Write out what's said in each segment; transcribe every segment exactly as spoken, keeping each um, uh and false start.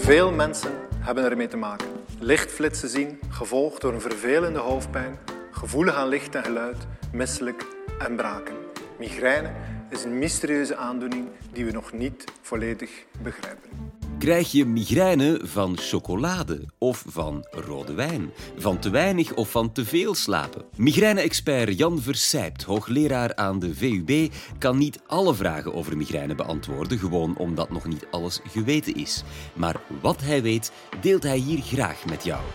Veel mensen hebben ermee te maken. Lichtflitsen zien, gevolgd door een vervelende hoofdpijn, gevoelig aan licht en geluid, misselijk en braken. Migraine is een mysterieuze aandoening die we nog niet volledig begrijpen. Krijg je migraine van chocolade of van rode wijn? Van te weinig of van te veel slapen? Migraine-expert Jan Versijpt, hoogleraar aan de V U B, kan niet alle vragen over migraine beantwoorden, gewoon omdat nog niet alles geweten is. Maar wat hij weet, deelt hij hier graag met jou.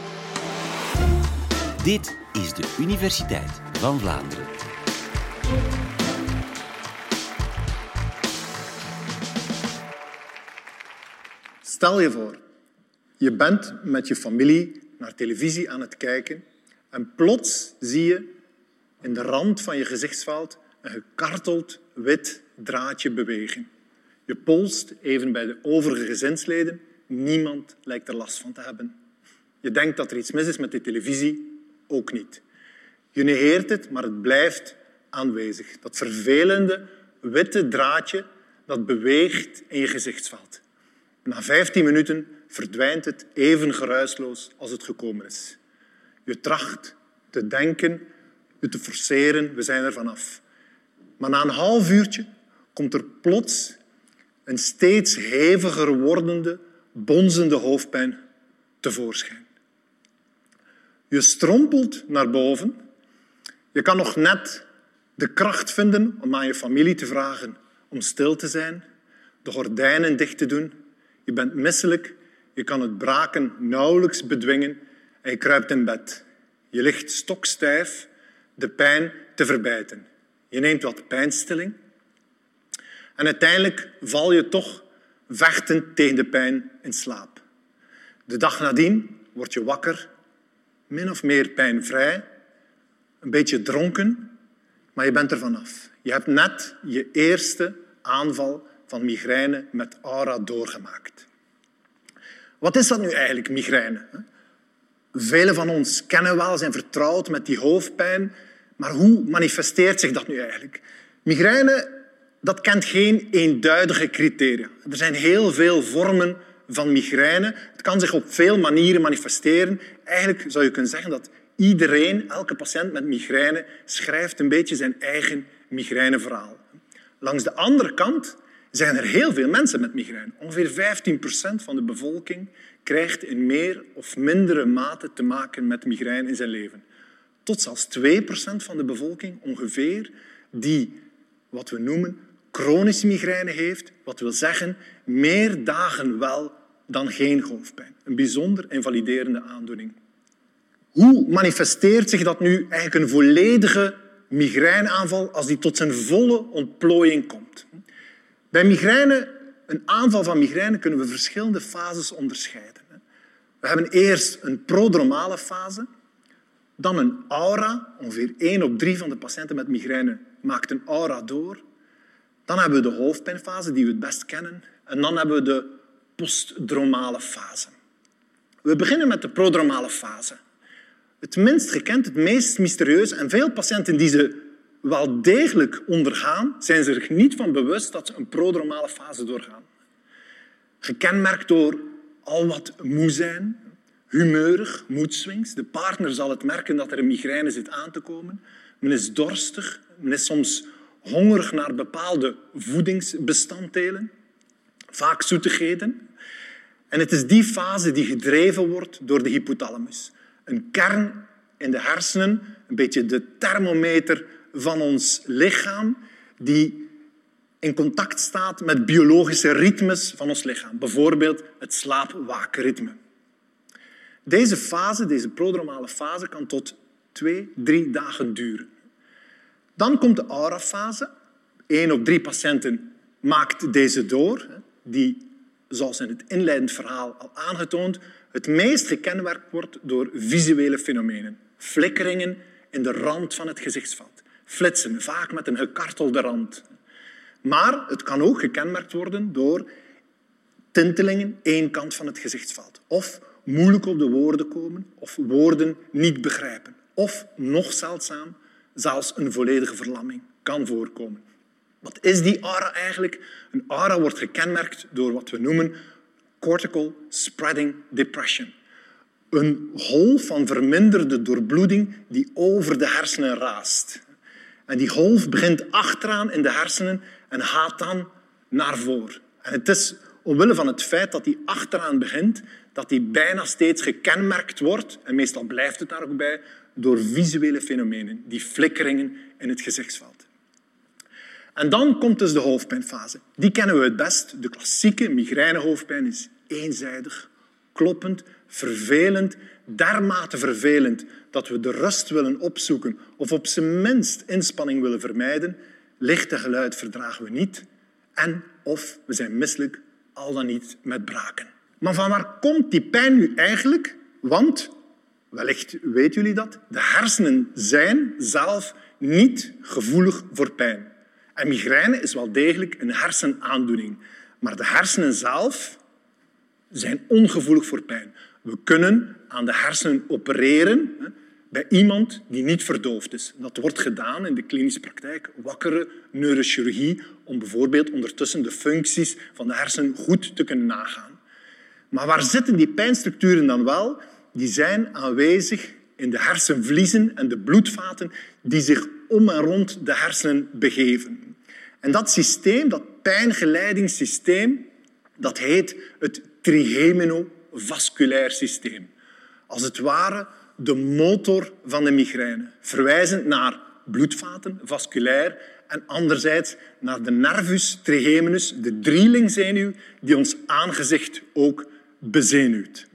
Dit is de Universiteit van Vlaanderen. Stel je voor, je bent met je familie naar televisie aan het kijken en plots zie je in de rand van je gezichtsveld een gekarteld wit draadje bewegen. Je polst even bij de overige gezinsleden. Niemand lijkt er last van te hebben. Je denkt dat er iets mis is met die televisie, ook niet. Je negeert het, maar het blijft aanwezig. Dat vervelende witte draadje dat beweegt in je gezichtsveld. Na vijftien minuten verdwijnt het even geruisloos als het gekomen is. Je tracht te denken, je te forceren, we zijn er vanaf. Maar na een half uurtje komt er plots een steeds heviger wordende, bonzende hoofdpijn tevoorschijn. Je strompelt naar boven. Je kan nog net de kracht vinden om aan je familie te vragen om stil te zijn, de gordijnen dicht te doen. Je bent misselijk, je kan het braken nauwelijks bedwingen en je kruipt in bed. Je ligt stokstijf de pijn te verbijten. Je neemt wat pijnstilling en uiteindelijk val je toch vechtend tegen de pijn in slaap. De dag nadien word je wakker, min of meer pijnvrij, een beetje dronken, maar je bent er vanaf. Je hebt net je eerste aanval van migraine met aura doorgemaakt. Wat is dat nu eigenlijk, migraine? Velen van ons kennen wel, zijn vertrouwd met die hoofdpijn, maar hoe manifesteert zich dat nu eigenlijk? Migraine, dat kent geen eenduidige criteria. Er zijn heel veel vormen van migraine. Het kan zich op veel manieren manifesteren. Eigenlijk zou je kunnen zeggen dat iedereen, elke patiënt met migraine, schrijft een beetje zijn eigen migraineverhaal. Langs de andere kant zijn er heel veel mensen met migraine. Ongeveer vijftien procent van de bevolking krijgt in meer of mindere mate te maken met migraine in zijn leven. Tot zelfs twee procent van de bevolking ongeveer die wat we noemen chronische migraine heeft. Wat wil zeggen meer dagen wel dan geen hoofdpijn. Een bijzonder invaliderende aandoening. Hoe manifesteert zich dat nu eigenlijk een volledige migraineaanval als die tot zijn volle ontplooiing komt? Bij migraine, een aanval van migraine, kunnen we verschillende fases onderscheiden. We hebben eerst een prodromale fase, dan een aura. Ongeveer één op drie van de patiënten met migraine maakt een aura door. Dan hebben we de hoofdpijnfase, die we het best kennen. En dan hebben we de postdromale fase. We beginnen met de prodromale fase. Het minst gekend, het meest mysterieus. En veel patiënten die ze wel degelijk ondergaan, zijn ze er niet van bewust dat ze een prodromale fase doorgaan. Gekenmerkt door al wat moe zijn, humeurig, moedswings. De partner zal het merken dat er een migraine zit aan te komen. Men is dorstig, men is soms hongerig naar bepaalde voedingsbestanddelen, vaak zoetigheden. En het is die fase die gedreven wordt door de hypothalamus. Een kern in de hersenen, een beetje de thermometer van ons lichaam, die in contact staat met biologische ritmes van ons lichaam. Bijvoorbeeld het slaap-waakritme. Deze fase, deze prodromale fase, kan tot twee, drie dagen duren. Dan komt de aurafase. Eén op drie patiënten maakt deze door. Die, zoals in het inleidend verhaal al aangetoond, het meest gekenmerkt wordt door visuele fenomenen. Flikkeringen in de rand van het gezichtsveld. Flitsen, vaak met een gekartelde rand. Maar het kan ook gekenmerkt worden door tintelingen één kant van het gezichtsveld. Of moeilijk op de woorden komen, of woorden niet begrijpen. Of, nog zeldzaam, zelfs een volledige verlamming kan voorkomen. Wat is die aura eigenlijk? Een aura wordt gekenmerkt door wat we noemen cortical spreading depression. Een golf van verminderde doorbloeding die over de hersenen raast. En die golf begint achteraan in de hersenen en gaat dan naar voren. En het is omwille van het feit dat die achteraan begint, dat die bijna steeds gekenmerkt wordt, en meestal blijft het daar ook bij, door visuele fenomenen, die flikkeringen in het gezichtsveld. En dan komt dus de hoofdpijnfase. Die kennen we het best. De klassieke migrainehoofdpijn is eenzijdig, kloppend, vervelend, dermate vervelend dat we de rust willen opzoeken of op zijn minst inspanning willen vermijden. Licht en geluid verdragen we niet en of we zijn misselijk, al dan niet met braken. Maar van waar komt die pijn nu eigenlijk? Want, wellicht weten jullie dat, de hersenen zijn zelf niet gevoelig voor pijn. En migraine is wel degelijk een hersenaandoening. Maar de hersenen zelf zijn ongevoelig voor pijn. We kunnen aan de hersenen opereren hè, bij iemand die niet verdoofd is. Dat wordt gedaan in de klinische praktijk, wakkere neurochirurgie, om bijvoorbeeld ondertussen de functies van de hersenen goed te kunnen nagaan. Maar waar zitten die pijnstructuren dan wel? Die zijn aanwezig in de hersenvliezen en de bloedvaten die zich om en rond de hersenen begeven. En dat systeem, dat pijngeleidingssysteem, dat heet het trigeminofasculair systeem. Als het ware de motor van de migraine, verwijzend naar bloedvaten, vasculair, en anderzijds naar de nervus trigeminus, de drielingzenuw, die ons aangezicht ook bezenuwt.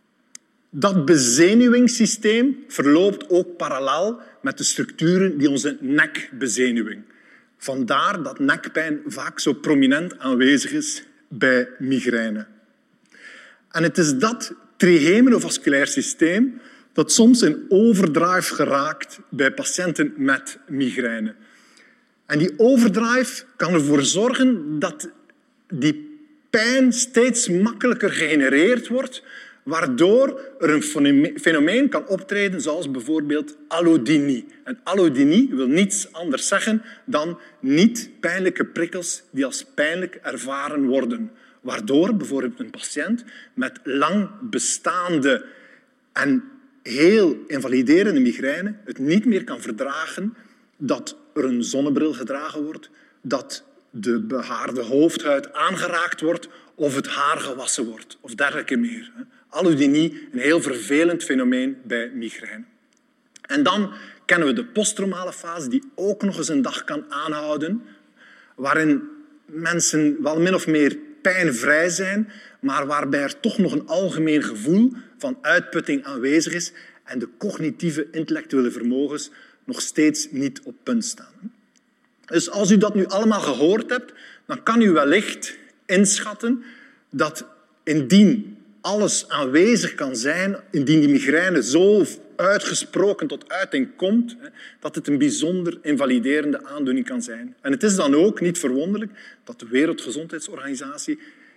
Dat bezenuwingssysteem verloopt ook parallel met de structuren die onze nek bezenuwen. Vandaar dat nekpijn vaak zo prominent aanwezig is bij migraine. En het is dat trigeminofasculair systeem dat soms in overdrive geraakt bij patiënten met migraine. En die overdrive kan ervoor zorgen dat die pijn steeds makkelijker gegenereerd wordt, waardoor er een fenomeen kan optreden zoals bijvoorbeeld allodynie. En allodynie wil niets anders zeggen dan niet pijnlijke prikkels die als pijnlijk ervaren worden. Waardoor bijvoorbeeld een patiënt met lang bestaande en heel invaliderende migraine het niet meer kan verdragen dat er een zonnebril gedragen wordt, dat de behaarde hoofdhuid aangeraakt wordt of het haar gewassen wordt of dergelijke meer. Allodynie, een heel vervelend fenomeen bij migraine. En dan kennen we de posttraumale fase, die ook nog eens een dag kan aanhouden, waarin mensen wel min of meer pijnvrij zijn, maar waarbij er toch nog een algemeen gevoel van uitputting aanwezig is en de cognitieve intellectuele vermogens nog steeds niet op punt staan. Dus als u dat nu allemaal gehoord hebt, dan kan u wellicht inschatten dat indien alles aanwezig kan zijn, indien die migraine zo uitgesproken tot uiting komt, dat het een bijzonder invaliderende aandoening kan zijn. En het is dan ook niet verwonderlijk dat de Wereldgezondheidsorganisatie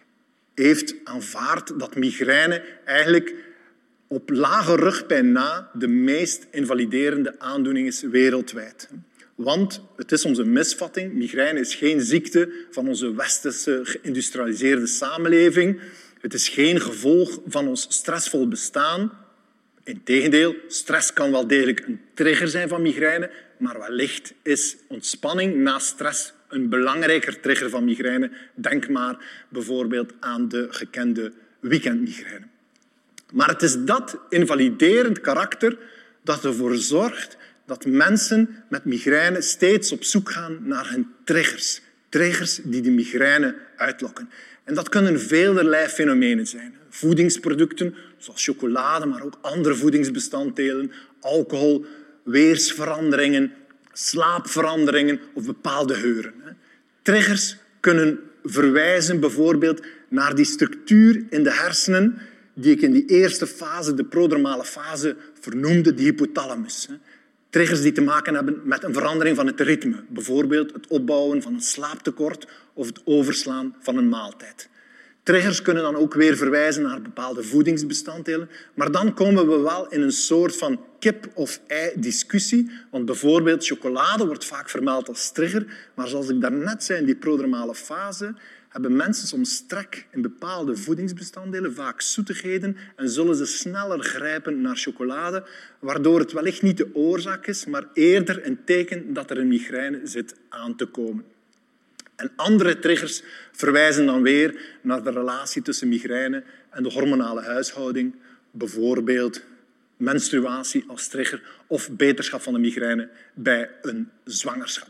heeft aanvaard dat migraine eigenlijk op lage rugpijn na de meest invaliderende aandoening is wereldwijd. Want het is onze misvatting. Migraine is geen ziekte van onze westerse geïndustrialiseerde samenleving. Het is geen gevolg van ons stressvol bestaan. Integendeel, stress kan wel degelijk een trigger zijn van migraine, maar wellicht is ontspanning na stress een belangrijker trigger van migraine. Denk maar bijvoorbeeld aan de gekende weekendmigraine. Maar het is dat invaliderend karakter dat ervoor zorgt dat mensen met migraine steeds op zoek gaan naar hun triggers. Triggers die de migraine uitlokken. En dat kunnen velerlei fenomenen zijn. Voedingsproducten, zoals chocolade, maar ook andere voedingsbestanddelen, alcohol, weersveranderingen, slaapveranderingen of bepaalde geuren. Triggers kunnen verwijzen bijvoorbeeld naar die structuur in de hersenen die ik in die eerste fase, de prodromale fase, vernoemde, de hypothalamus. Triggers die te maken hebben met een verandering van het ritme. Bijvoorbeeld het opbouwen van een slaaptekort of het overslaan van een maaltijd. Triggers kunnen dan ook weer verwijzen naar bepaalde voedingsbestanddelen. Maar dan komen we wel in een soort van kip-of-ei-discussie. Want bijvoorbeeld chocolade wordt vaak vermeld als trigger. Maar zoals ik daarnet zei, in die prodromale fase hebben mensen soms trek in bepaalde voedingsbestanddelen, vaak zoetigheden, en zullen ze sneller grijpen naar chocolade, waardoor het wellicht niet de oorzaak is, maar eerder een teken dat er een migraine zit aan te komen. En andere triggers verwijzen dan weer naar de relatie tussen migraine en de hormonale huishouding, bijvoorbeeld menstruatie als trigger of beterschap van de migraine bij een zwangerschap.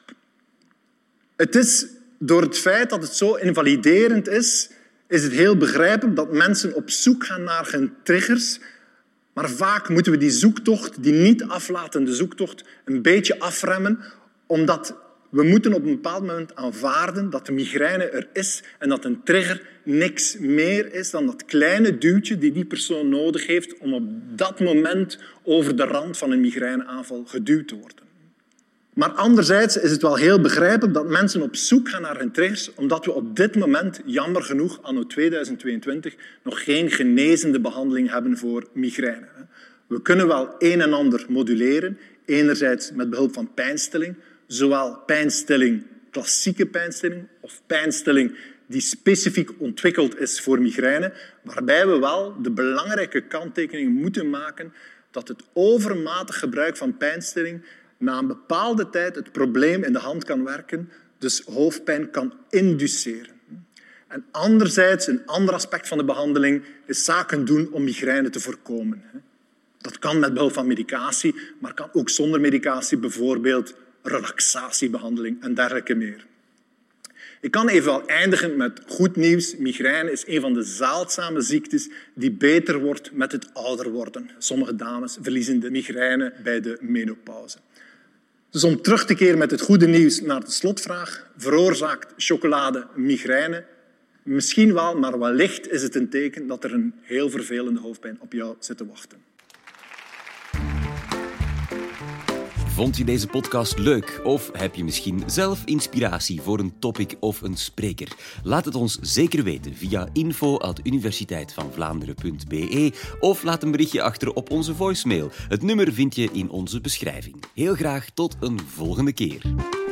Het is door het feit dat het zo invaliderend is, is het heel begrijpelijk dat mensen op zoek gaan naar hun triggers. Maar vaak moeten we die zoektocht, die niet aflatende zoektocht, een beetje afremmen, omdat we moeten op een bepaald moment aanvaarden dat de migraine er is en dat een trigger niks meer is dan dat kleine duwtje die die persoon nodig heeft om op dat moment over de rand van een migraineaanval geduwd te worden. Maar anderzijds is het wel heel begrijpelijk dat mensen op zoek gaan naar hun triggers, omdat we op dit moment, jammer genoeg, anno tweeduizend tweeëntwintig, nog geen genezende behandeling hebben voor migraine. We kunnen wel een en ander moduleren, enerzijds met behulp van pijnstilling, zowel pijnstilling, klassieke pijnstilling, of pijnstilling die specifiek ontwikkeld is voor migraine, waarbij we wel de belangrijke kanttekening moeten maken dat het overmatig gebruik van pijnstilling na een bepaalde tijd het probleem in de hand kan werken, dus hoofdpijn kan induceren. En anderzijds, een ander aspect van de behandeling is zaken doen om migraine te voorkomen. Dat kan met behulp van medicatie, maar kan ook zonder medicatie, bijvoorbeeld relaxatiebehandeling en dergelijke meer. Ik kan evenwel eindigen met goed nieuws. Migraine is een van de zeldzame ziektes die beter wordt met het ouder worden. Sommige dames verliezen de migraine bij de menopauze. Dus om terug te keren met het goede nieuws naar de slotvraag. Veroorzaakt chocolade migraine? Misschien wel, maar wellicht is het een teken dat er een heel vervelende hoofdpijn op jou zit te wachten. Vond je deze podcast leuk? Of heb je misschien zelf inspiratie voor een topic of een spreker? Laat het ons zeker weten via info at universiteit van vlaanderen punt b e of laat een berichtje achter op onze voicemail. Het nummer vind je in onze beschrijving. Heel graag tot een volgende keer.